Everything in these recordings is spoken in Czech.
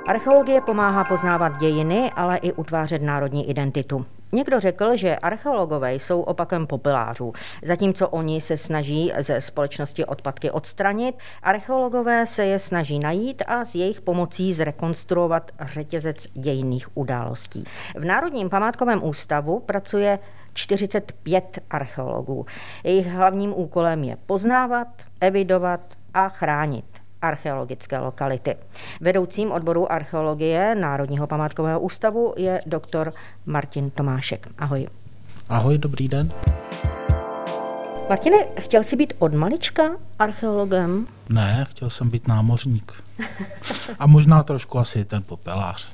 Archeologie pomáhá poznávat dějiny, ale i utvářet národní identitu. Někdo řekl, že archeologové jsou opakem popelářů. Zatímco oni se snaží ze společnosti odpadky odstranit, archeologové se je snaží najít a s jejich pomocí zrekonstruovat řetězec dějinných událostí. V Národním památkovém ústavu pracuje 45 archeologů. Jejich hlavním úkolem je poznávat, evidovat a chránit archeologické lokality. Vedoucím odboru archeologie Národního památkového ústavu je doktor Martin Tomášek. Ahoj. Ahoj, dobrý den. Martine, chtěl jsi být od malička archeologem? Ne, chtěl jsem být námořník. A možná trošku asi ten popelář.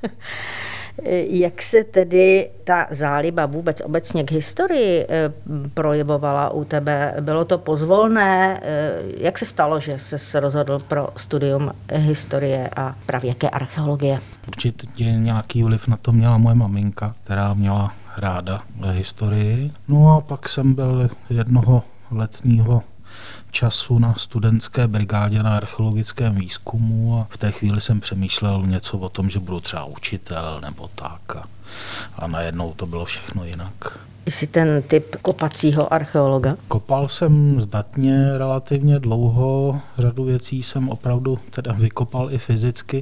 Jak se tedy ta záliba vůbec obecně k historii projevovala u tebe? Bylo to pozvolné? Jak se stalo, že jsi rozhodl pro studium historie a pravěké archeologie? Určitě nějaký vliv na to měla moje maminka, která měla ráda historii. No a pak jsem byl jednoho letního času na studentské brigádě na archeologickém výzkumu a v té chvíli jsem přemýšlel něco o tom, že budu třeba učitel nebo tak. A najednou to bylo všechno jinak. Jsi ten typ kopacího archeologa? Kopal jsem zdatně relativně dlouho, řadu věcí jsem opravdu teda vykopal i fyzicky.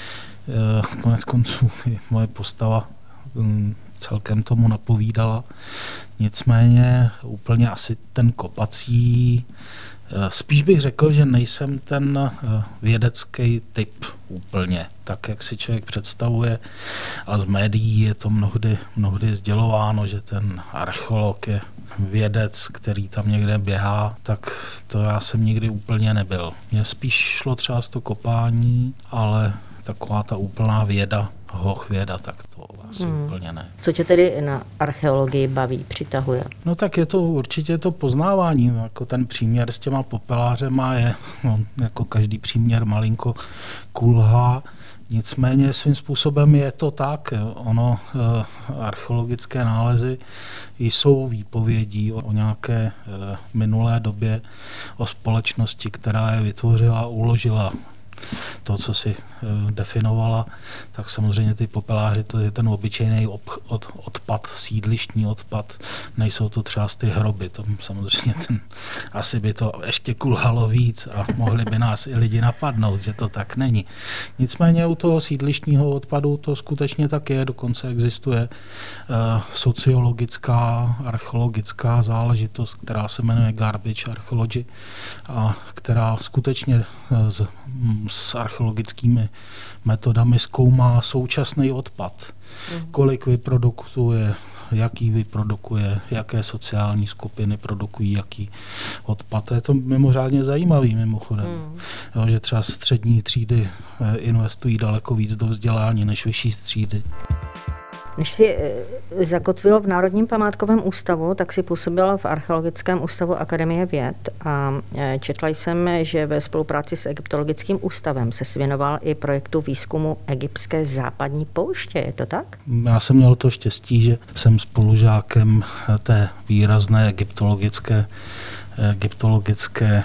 Konec konců i moje postava celkem tomu napovídala. Nicméně úplně asi ten kopací, spíš bych řekl, že nejsem ten vědecký typ úplně, tak jak si člověk představuje. A z médií je to mnohdy sdělováno, že ten archeolog je vědec, který tam někde běhá, tak to já jsem nikdy úplně nebyl. Mně spíš šlo třeba z to kopání, ale taková ta úplná věda, hochvěda, tak to asi úplně ne. Co tě tedy na archeologii baví, přitahuje? No tak je to určitě to poznávání, jako ten příměr s těma popelářema je, jako každý příměr malinko kulhá, nicméně svým způsobem je to tak, ono archeologické nálezy jsou výpovědí o nějaké minulé době, o společnosti, která je vytvořila a uložila. To, co si definovala, tak samozřejmě ty popeláři, to je ten obyčejný odpad, sídlištní odpad, nejsou to třeba ty hroby, to samozřejmě asi by to ještě kulhalo víc a mohli by nás i lidi napadnout, že to tak není. Nicméně u toho sídlištního odpadu to skutečně tak je, dokonce existuje sociologická, archeologická záležitost, která se jmenuje garbage archaeology a která skutečně s archeologickými metodami zkoumá současný odpad. Kolik vyprodukuje, jaký vyprodukuje, jaké sociální skupiny produkují jaký odpad. Je to mimořádně zajímavý mimochodem. Jo, že třeba střední třídy investují daleko víc do vzdělání než vyšší třídy. Než jsi zakotvil v Národním památkovém ústavu, tak si působil v Archeologickém ústavu Akademie věd a četla jsem, že ve spolupráci s Egyptologickým ústavem se věnoval i projektu výzkumu egyptské západní pouště, je to tak? Já jsem měl to štěstí, že jsem spolužákem té výrazné egyptologické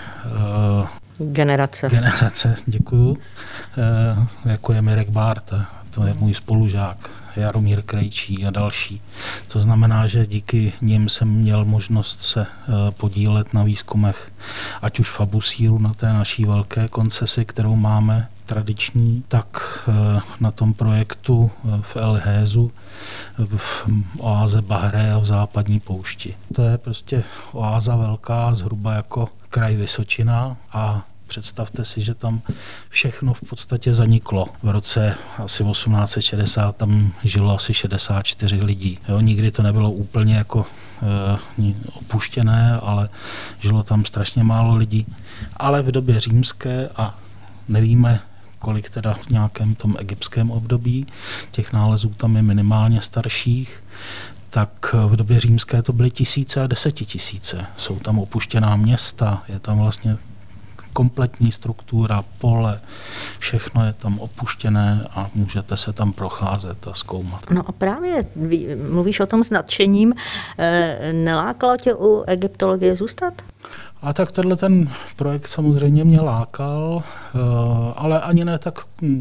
generace, děkuju, jako je Mirek Bárta, to je můj spolužák. Jaromír Krejčí a další. To znamená, že díky nim jsem měl možnost se podílet na výzkumech, ať už v Abusíru, na té naší velké koncesi, kterou máme tradiční, tak na tom projektu v El Hézu, v oáze Bahreja v západní poušti. To je prostě oáza velká, zhruba jako kraj Vysočina a představte si, že tam všechno v podstatě zaniklo. V roce asi 1860 tam žilo asi 64 lidí. Jo, nikdy to nebylo úplně jako opuštěné, ale žilo tam strašně málo lidí. Ale v době římské a nevíme, kolik teda v nějakém tom egyptském období, těch nálezů tam je minimálně starších, tak v době římské to byly tisíce a desetitisíce. Jsou tam opuštěná města, je tam vlastně kompletní struktura, pole, všechno je tam opuštěné a můžete se tam procházet a zkoumat. No a právě mluvíš o tom s nadšením. Nelákalo tě u egyptologie zůstat? A tak tenhle ten projekt samozřejmě mě lákal, ale ani ne tak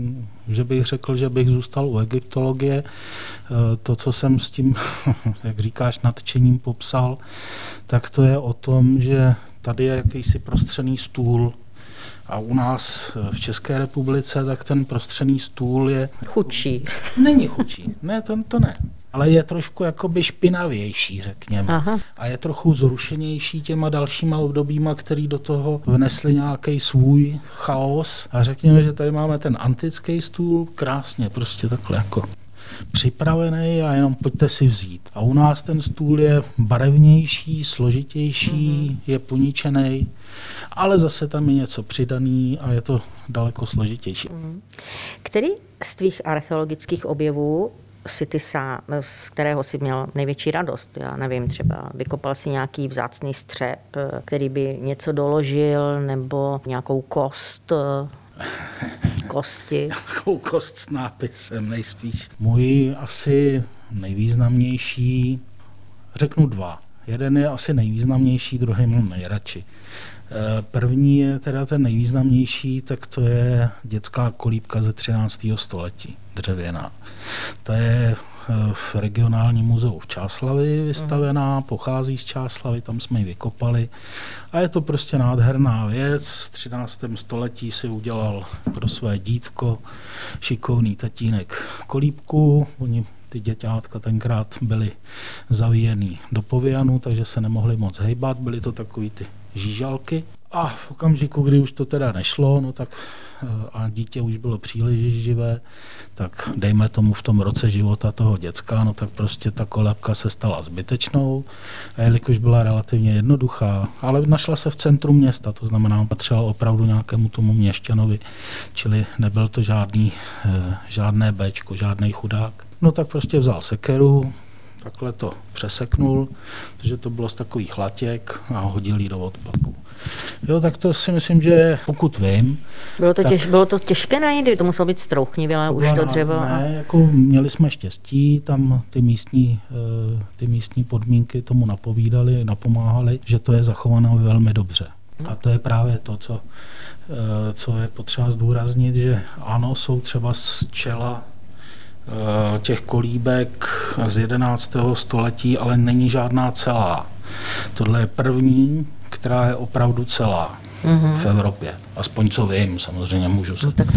že bych řekl, že bych zůstal u egyptologie. To, co jsem s tím, jak říkáš, nadšením popsal, tak to je o tom, že tady je jakýsi prostřený stůl a u nás v České republice tak ten prostřený stůl je... Chudší. Není chudší, ne, to ne. Ale je trošku jakoby špinavější, řekněme. Aha. A je trochu zrušenější těma dalšíma obdobíma, který do toho vnesli nějaký svůj chaos. A řekněme, že tady máme ten antický stůl, krásně prostě takhle jako připravený a jenom pojďte si vzít. A u nás ten stůl je barevnější, složitější, je poničený, ale zase tam je něco přidaný a je to daleko složitější. Který z tvých archeologických objevů si ty sám, z kterého si měl největší radost? Já nevím, třeba vykopal si nějaký vzácný střep, který by něco doložil, nebo nějakou kosti. Nějakou kost s nápisem nejspíš. Můj asi nejvýznamnější, řeknu dva. Jeden je asi nejvýznamnější, druhý mám nejradši. První je teda ten nejvýznamnější, tak to je dětská kolíbka ze 13. století, dřevěná. To je v regionálním muzeu v Čáslavi vystavená, pochází z Čáslavy, tam jsme ji vykopali a je to prostě nádherná věc. V 13. století si udělal pro své dítko šikovný tatínek kolíbku, oni ty děťátka tenkrát byly zavíjený do povějanu, takže se nemohli moc hejbat, byly to takový ty žížalky. A v okamžiku, kdy už to teda nešlo, no tak a dítě už bylo příliš živé, tak dejme tomu v tom roce života toho děcka, no tak prostě ta kolébka se stala zbytečnou, a jelikož byla relativně jednoduchá, ale našla se v centru města, to znamená, patřila opravdu nějakému tomu měšťanovi, čili nebyl to žádné béčko, žádný chudák. No tak prostě vzal sekeru, takhle to přeseknul, protože to bylo z takových latěk a hodil jí do odpadku. Jo, tak to si myslím, že pokud vím... Bylo to těžké najít, to muselo být strouchnivělé už to dřevo? Ne, jako měli jsme štěstí, tam ty místní podmínky tomu napomáhaly, že to je zachované velmi dobře. A to je právě to, co je potřeba zdůraznit, že ano, jsou třeba z čela těch kolíbek z 11. století, ale není žádná celá. Tohle je první, která je opravdu celá v Evropě. Aspoň co vím, samozřejmě můžu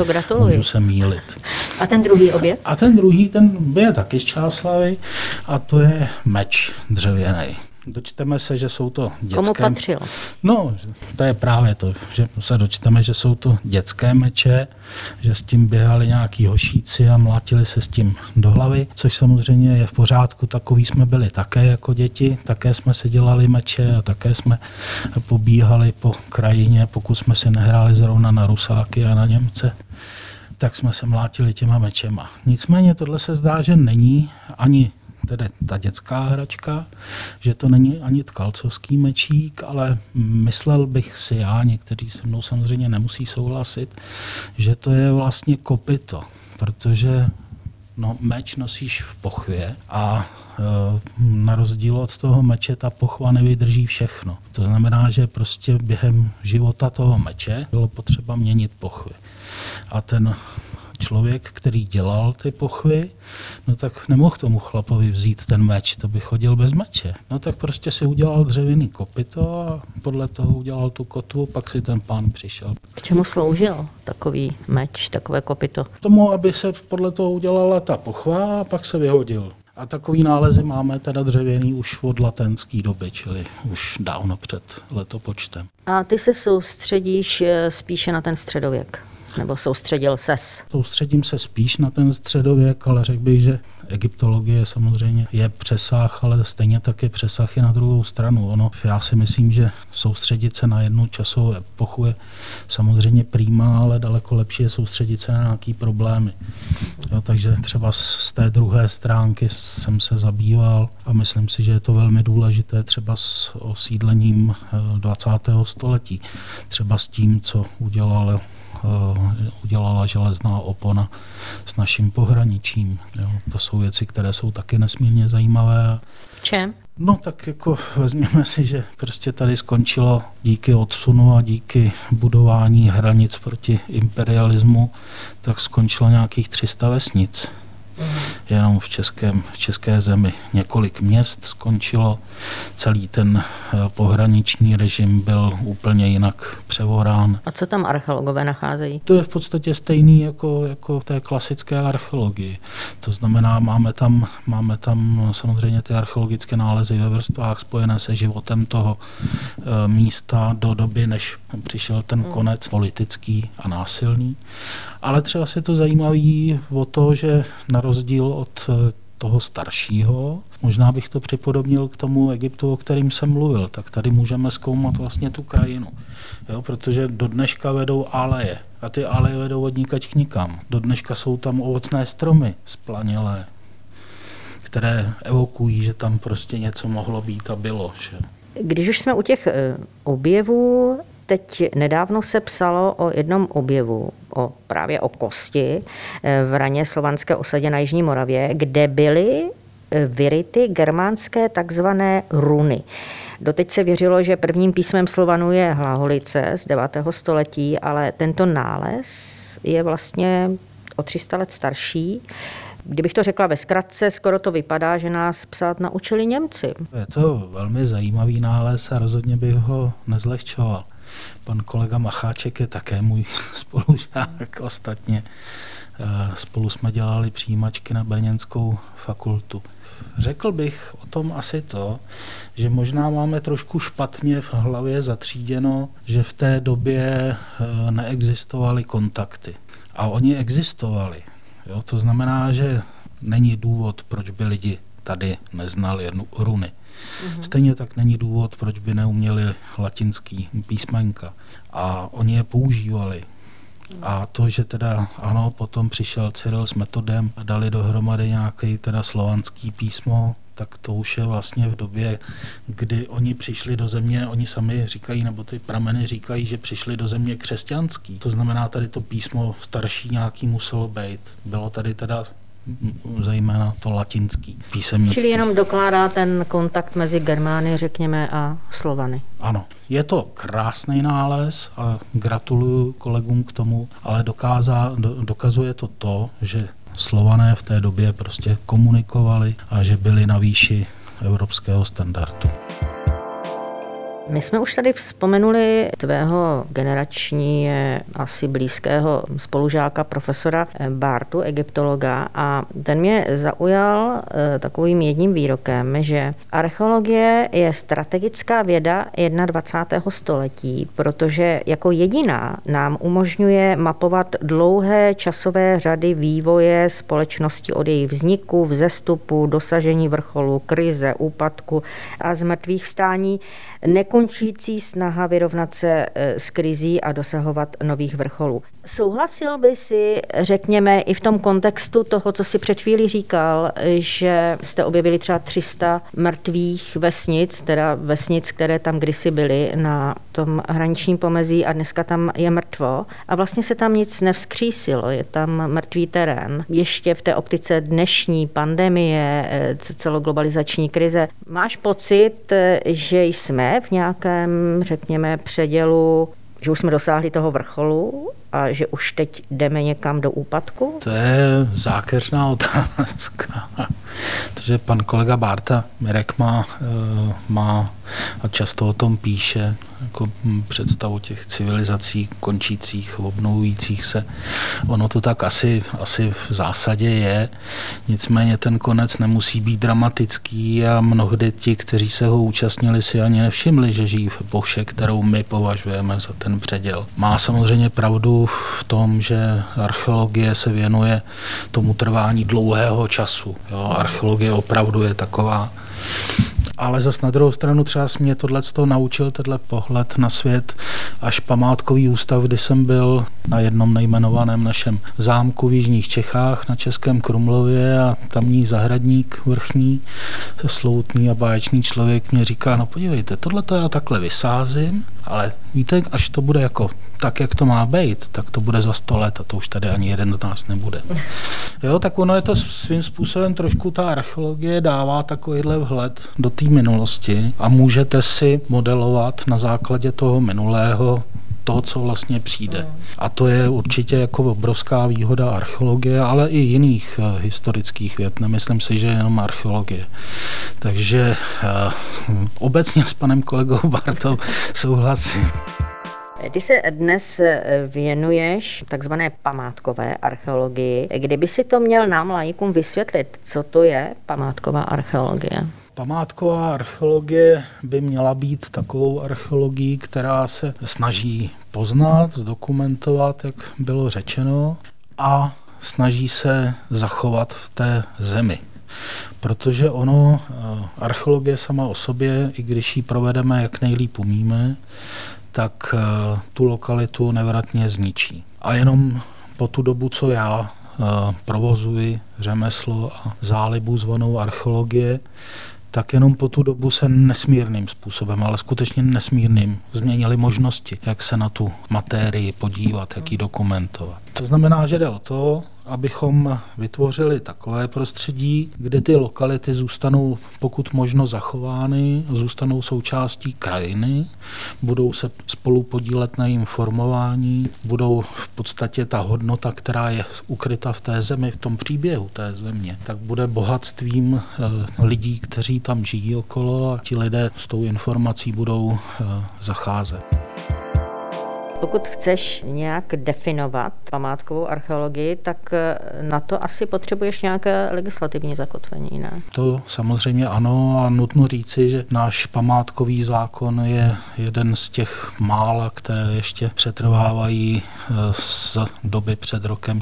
se mýlit. A ten druhý objev? A ten druhý, ten je taky z Čáslavy a to je meč dřevěný. Dočteme se, že jsou to dětské... Komu patřil? No, to je právě to, že se dočteme, že jsou to dětské meče, že s tím běhali nějaký hošíci a mlátili se s tím do hlavy, což samozřejmě je v pořádku, takový jsme byli také jako děti, také jsme si dělali meče a také jsme pobíhali po krajině, pokud jsme si nehráli zrovna na Rusáky a na Němce, tak jsme se mlátili těma mečema. Nicméně tohle se zdá, že není ani tedy ta dětská hračka, že to není ani tkalcovský mečík, ale myslel bych si já, někteří se mnou samozřejmě nemusí souhlasit, že to je vlastně kopyto, protože meč nosíš v pochvě a na rozdíl od toho meče ta pochva nevydrží všechno. To znamená, že prostě během života toho meče bylo potřeba měnit pochvy. A ten člověk, který dělal ty pochvy, no tak nemohl tomu chlapovi vzít ten meč, to by chodil bez meče. No tak prostě si udělal dřevěný kopyto a podle toho udělal tu kotvu, pak si ten pán přišel. K čemu sloužil takový meč, takové kopyto? K tomu, aby se podle toho udělala ta pochva a pak se vyhodil. A takový nálezy máme teda dřevěný už od latenské doby, čili už dávno před letopočtem. A ty se soustředíš spíše na ten středověk? Nebo soustředil ses? Soustředím se spíš na ten středověk, ale řekl bych, že egyptologie samozřejmě je přesah, ale stejně tak je přesah i na druhou stranu. Já si myslím, že soustředit se na jednu časovou epochu je samozřejmě prima, ale daleko lepší je soustředit se na nějaký problémy. Jo, takže třeba z té druhé stránky jsem se zabýval a myslím si, že je to velmi důležité třeba s osídlením 20. století. Třeba s tím, co udělal udělala železná opona s naším pohraničím. Jo. To jsou věci, které jsou taky nesmírně zajímavé. Čem? No tak jako vezměme si, že prostě tady skončilo díky odsunu a díky budování hranic proti imperialismu, tak skončilo nějakých 300 vesnic. Jenom v české zemi. Několik měst skončilo, celý ten pohraniční režim byl úplně jinak převorán. A co tam archeologové nacházejí? To je v podstatě stejný jako v té klasické archeologii. To znamená, máme tam samozřejmě ty archeologické nálezy ve vrstvách spojené se životem toho místa do doby, než přišel ten konec politický a násilný. Ale třeba se to zajímavý o to, že na rozdíl od toho staršího, možná bych to připodobnil k tomu Egyptu, o kterým jsem mluvil, tak tady můžeme zkoumat vlastně tu krajinu. Jo, protože do dneška vedou aleje a ty aleje vedou od nikať k nikam. Do dneška jsou tam ovocné stromy splanilé, které evokují, že tam prostě něco mohlo být a bylo. Že? Když už jsme u těch objevů, teď nedávno se psalo o jednom objevu, právě o kosti v raně slovanské osadě na Jižní Moravě, kde byly vyryty germánské takzvané runy. Doteď se věřilo, že prvním písmem Slovanů je hlaholice z 9. století, ale tento nález je vlastně o 300 let starší. Kdybych to řekla ve zkratce, skoro to vypadá, že nás psát naučili Němci. Je to velmi zajímavý nález a rozhodně bych ho nezlehčoval. Pan kolega Macháček je také můj spolužák ostatně. Spolu jsme dělali přijímačky na brněnskou fakultu. Řekl bych o tom asi to, že možná máme trošku špatně v hlavě zatříděno, že v té době neexistovaly kontakty. A oni existovali. Jo? To znamená, že není důvod, proč by lidi tady neznali runy. Stejně tak není důvod, proč by neuměli latinský písmenka. A oni je používali. A to, že teda ano, potom přišel Cyril s Metodem a dali dohromady nějaký teda slovanský písmo, tak to už je vlastně v době, kdy oni přišli do země, oni sami říkají, nebo ty prameny říkají, že přišli do země křesťanský. To znamená, tady to písmo starší nějaký muselo být. Bylo tady teda zejména to latinský písemnictví. Čili jenom dokládá ten kontakt mezi Germány, řekněme, a Slovany. Ano, je to krásný nález a gratuluju kolegům k tomu, ale dokazuje to, že Slované v té době prostě komunikovali a že byli na výši evropského standardu. My jsme už tady vzpomenuli tvého generačně asi blízkého spolužáka profesora Bartu, egyptologa, a ten mě zaujal takovým jedním výrokem, že archeologie je strategická věda 21. století, protože jako jediná nám umožňuje mapovat dlouhé časové řady vývoje společnosti od jejich vzniku, vzestupu, dosažení vrcholu, krize, úpadku a zmrtvých vstání, nekončící snaha vyrovnat se s krizí a dosahovat nových vrcholů. Souhlasil by si, řekněme, i v tom kontextu toho, co si před chvílí říkal, že jste objevili třeba 300 mrtvých vesnic, teda vesnic, které tam kdysi byly na tom hraničním pomezí a dneska tam je mrtvo a vlastně se tam nic nevzkřísilo, je tam mrtvý terén. Ještě v té optice dnešní pandemie, celoglobalizační krize, máš pocit, že jsme v nějakém, řekněme, předělu, že už jsme dosáhli toho vrcholu a že už teď jdeme někam do úpadku? To je zákeřná otázka. Protože pan kolega Bárta Mirek má a často o tom píše jako představu těch civilizací končících, obnovujících se. Ono to tak asi v zásadě je, nicméně ten konec nemusí být dramatický a mnohdy ti, kteří se ho účastnili, si ani nevšimli, že žijí v epoše, kterou my považujeme za ten předěl. Má samozřejmě pravdu v tom, že archeologie se věnuje tomu trvání dlouhého času. Jo, archeologie opravdu je taková. Ale zas na druhou stranu třeba mě tohleto naučil, tenhle pohled na svět, až památkový ústav, kdy jsem byl na jednom nejmenovaném našem zámku v jižních Čechách na Českém Krumlově a tamní zahradník vrchní, sloutný a báječný člověk mě říká, no podívejte, tohleto já takhle vysázím Ale víte, až to bude jako tak, jak to má být, tak to bude za 100 let a to už tady ani jeden z nás nebude. Jo, tak ono je to svým způsobem trošku, ta archeologie dává takovýhle vhled do té minulosti a můžete si modelovat na základě toho minulého to, co vlastně přijde. A to je určitě jako obrovská výhoda archeologie, ale i jiných historických věd. Nemyslím si, že jenom archeologie. Takže obecně s panem kolegou Bartou souhlasím. Ty se dnes věnuješ takzvané památkové archeologii. Kdyby si to měl nám laikům vysvětlit, co to je památková archeologie? Památková archeologie by měla být takovou archeologií, která se snaží poznat, zdokumentovat, jak bylo řečeno, a snaží se zachovat v té zemi. Protože archeologie sama o sobě, i když ji provedeme, jak nejlíp umíme, tak tu lokalitu nevratně zničí. A jenom po tu dobu, co já provozuji řemeslo a zálibu zvanou archeologie, tak jenom po tu dobu se nesmírným způsobem, ale skutečně nesmírným, změnily možnosti, jak se na tu matérii podívat, jak ji dokumentovat. To znamená, že jde o to, abychom vytvořili takové prostředí, kde ty lokality zůstanou pokud možno zachovány, zůstanou součástí krajiny, budou se spolu podílet na jejím formování, budou v podstatě ta hodnota, která je ukryta v té zemi, v tom příběhu té země, tak bude bohatstvím lidí, kteří tam žijí okolo a ti lidé s tou informací budou zacházet. Pokud chceš nějak definovat památkovou archeologii, tak na to asi potřebuješ nějaké legislativní zakotvení, ne? To samozřejmě ano a nutno říci, že náš památkový zákon je jeden z těch mála, které ještě přetrvávají z doby před rokem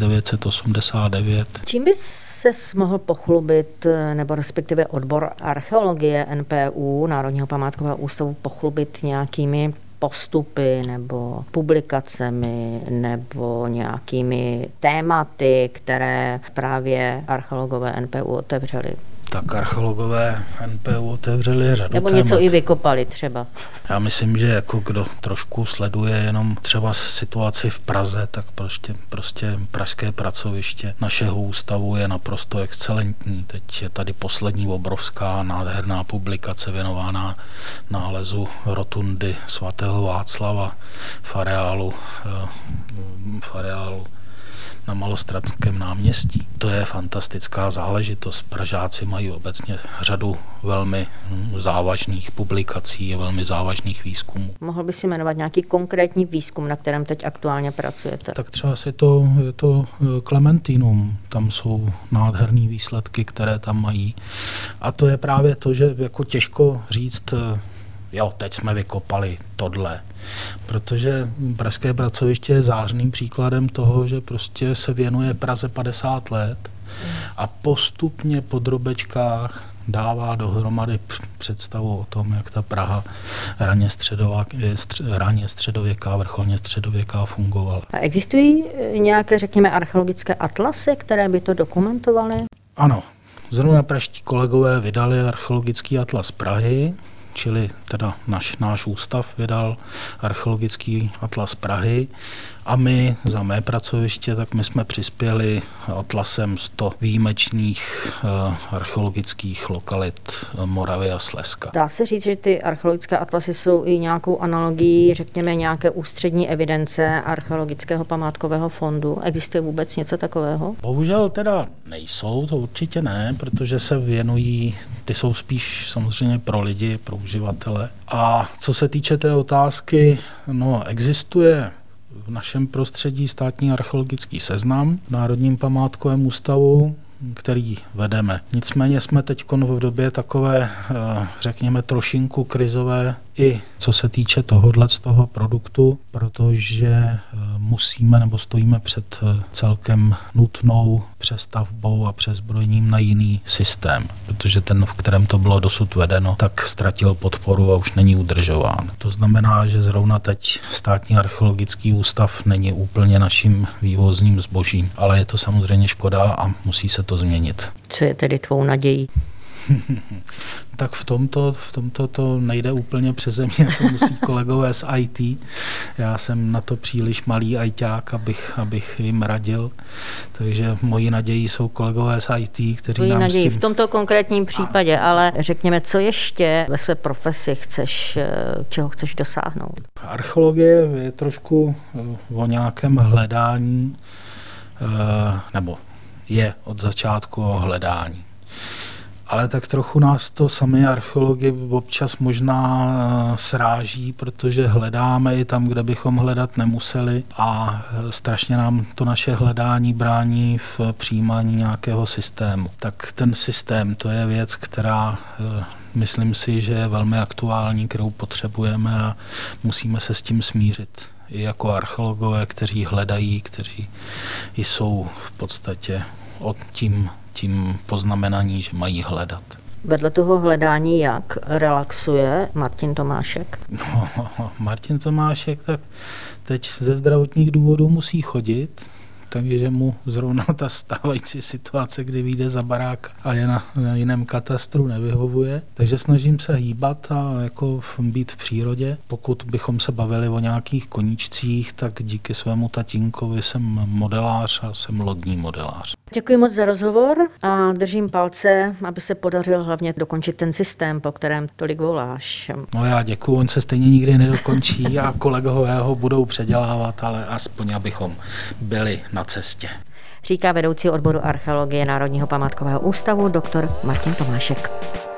1989. Čím bys ses mohl pochlubit, nebo respektive odbor archeologie NPÚ, Národního památkového ústavu, pochlubit nějakými postupy nebo publikacemi nebo nějakými tématy, které právě archeologové NPÚ otevřeli? Tak archeologové NPÚ otevřeli řadu nebo témat. Něco i vykopali třeba. Já myslím, že jako kdo trošku sleduje jenom třeba situaci v Praze, tak prostě pražské pracoviště našeho ústavu je naprosto excelentní. Teď je tady poslední obrovská nádherná publikace věnovaná nálezu rotundy svatého Václava v areálu na Malostranském náměstí. To je fantastická záležitost. Pražáci mají obecně řadu velmi závažných publikací a velmi závažných výzkumů. Mohl by si jmenovat nějaký konkrétní výzkum, na kterém teď aktuálně pracujete? Tak třeba je to Klementinum. Tam jsou nádherné výsledky, které tam mají. A to je právě to, že jako těžko říct, jo, teď jsme vykopali tohle. Protože pražské pracoviště je zářným příkladem toho, že prostě se věnuje Praze 50 let a postupně po drobečkách dává dohromady představu o tom, jak ta Praha raně středověká, vrcholně středověká fungovala. A existují nějaké, řekněme, archeologické atlasy, které by to dokumentovaly? Ano, zrovna pražští kolegové vydali archeologický atlas Prahy, čili teda náš ústav vydal archeologický atlas Prahy a my za mé pracoviště, tak my jsme přispěli atlasem 100 výjimečných archeologických lokalit Moravy a Slezska. Dá se říct, že ty archeologické atlasy jsou i nějakou analogií, řekněme, nějaké ústřední evidence archeologického památkového fondu? Existuje vůbec něco takového? Bohužel teda nejsou, to určitě ne, protože se věnují, ty jsou spíš samozřejmě pro lidi, pro uživatele. A co se týče té otázky, existuje v našem prostředí státní archeologický seznam v Národním památkovém ústavu, který vedeme. Nicméně jsme teď v době takové, řekněme, trošinku krizové i co se týče z toho produktu, protože musíme nebo stojíme před celkem nutnou přestavbou a přezbrojením na jiný systém, protože ten, v kterém to bylo dosud vedeno, tak ztratil podporu a už není udržován. To znamená, že zrovna teď státní archeologický ústav není úplně naším vývozním zbožím, ale je to samozřejmě škoda a musí se to změnit. Co je tedy tvou nadějí? Tak v tomto to nejde úplně přeze mě, to musí kolegové z IT. Já jsem na to příliš malý ajťák, abych jim radil. Takže mojí nadějí jsou kolegové z IT, kteří nám s tím... v tomto konkrétním případě, ale řekněme, co ještě ve své profesi čeho chceš dosáhnout? Archeologie je trošku o nějakém hledání, nebo je od začátku o hledání. Ale tak trochu nás to sami archeologi občas možná sráží, protože hledáme i tam, kde bychom hledat nemuseli a strašně nám to naše hledání brání v přijímání nějakého systému. Tak ten systém, to je věc, která myslím si, že je velmi aktuální, kterou potřebujeme a musíme se s tím smířit. I jako archeologové, kteří hledají, kteří jsou v podstatě tím poznamenaní, že mají hledat. Vedle toho hledání jak relaxuje Martin Tomášek? No, Martin Tomášek tak teď ze zdravotních důvodů musí chodit, takže mu zrovna ta stávající situace, kdy vyjde za barák a je na jiném katastru, nevyhovuje. Takže snažím se hýbat a jako být v přírodě. Pokud bychom se bavili o nějakých koníčcích, tak díky svému tatínkovi jsem modelář a jsem lodní modelář. Děkuji moc za rozhovor a držím palce, aby se podařil hlavně dokončit ten systém, po kterém tolik voláš. No já děkuji, on se stejně nikdy nedokončí a kolegové ho budou předělávat, ale aspoň abychom byli na cestě. Říká vedoucí odboru archeologie Národního památkového ústavu dr. Martin Tomášek.